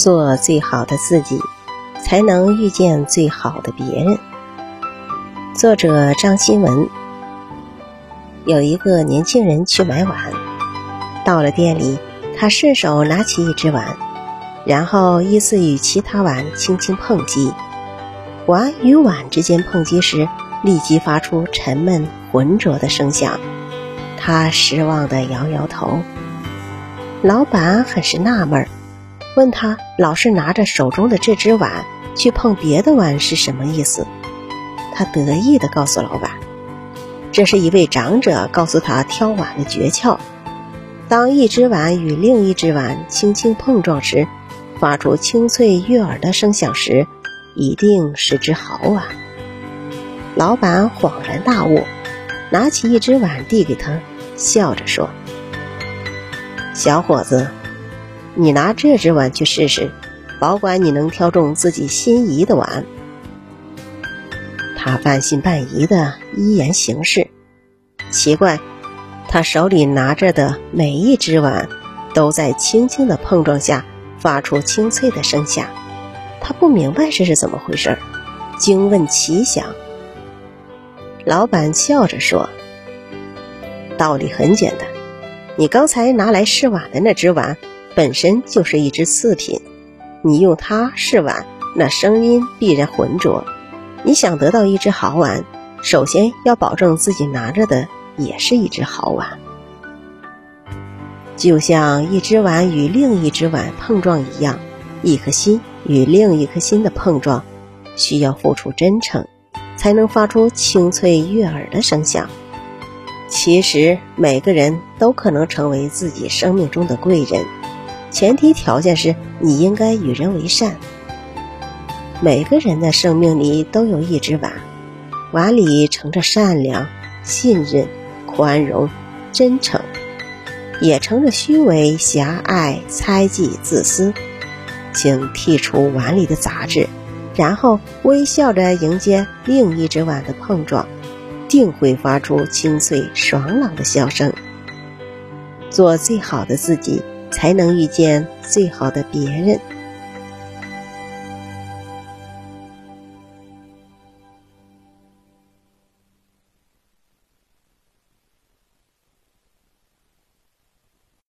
做最好的自己，才能遇见最好的别人。作者张新文。有一个年轻人去买碗，到了店里，他顺手拿起一只碗，然后依次与其他碗轻轻碰击。碗与碗之间碰击时，立即发出沉闷浑浊的声响。他失望地摇摇头。老板很是纳闷，问他老是拿着手中的这只碗去碰别的碗是什么意思。他得意地告诉老板，这是一位长者告诉他挑碗的诀窍。当一只碗与另一只碗轻轻碰撞时，发出清脆悦耳的声响时，一定是只好碗。老板恍然大悟，拿起一只碗递给他，笑着说，小伙子，你拿这只碗去试试，保管你能挑中自己心仪的碗。他半信半疑地依言行事。奇怪，他手里拿着的每一只碗都在轻轻的碰撞下发出清脆的声响。他不明白这是怎么回事，惊问其详。老板笑着说，道理很简单，你刚才拿来试碗的那只碗本身就是一只次品，你用它试碗，那声音必然浑浊。你想得到一只好碗，首先要保证自己拿着的也是一只好碗。就像一只碗与另一只碗碰撞一样，一颗心与另一颗心的碰撞，需要付出真诚，才能发出清脆悦耳的声响。其实每个人都可能成为自己生命中的贵人，前提条件是你应该与人为善。每个人的生命里都有一只碗，碗里盛着善良、信任、宽容、真诚，也盛着虚伪、狭隘、猜忌、自私。请剔除碗里的杂质，然后微笑着迎接另一只碗的碰撞，定会发出清脆爽朗的笑声。做最好的自己，才能遇见最好的别人。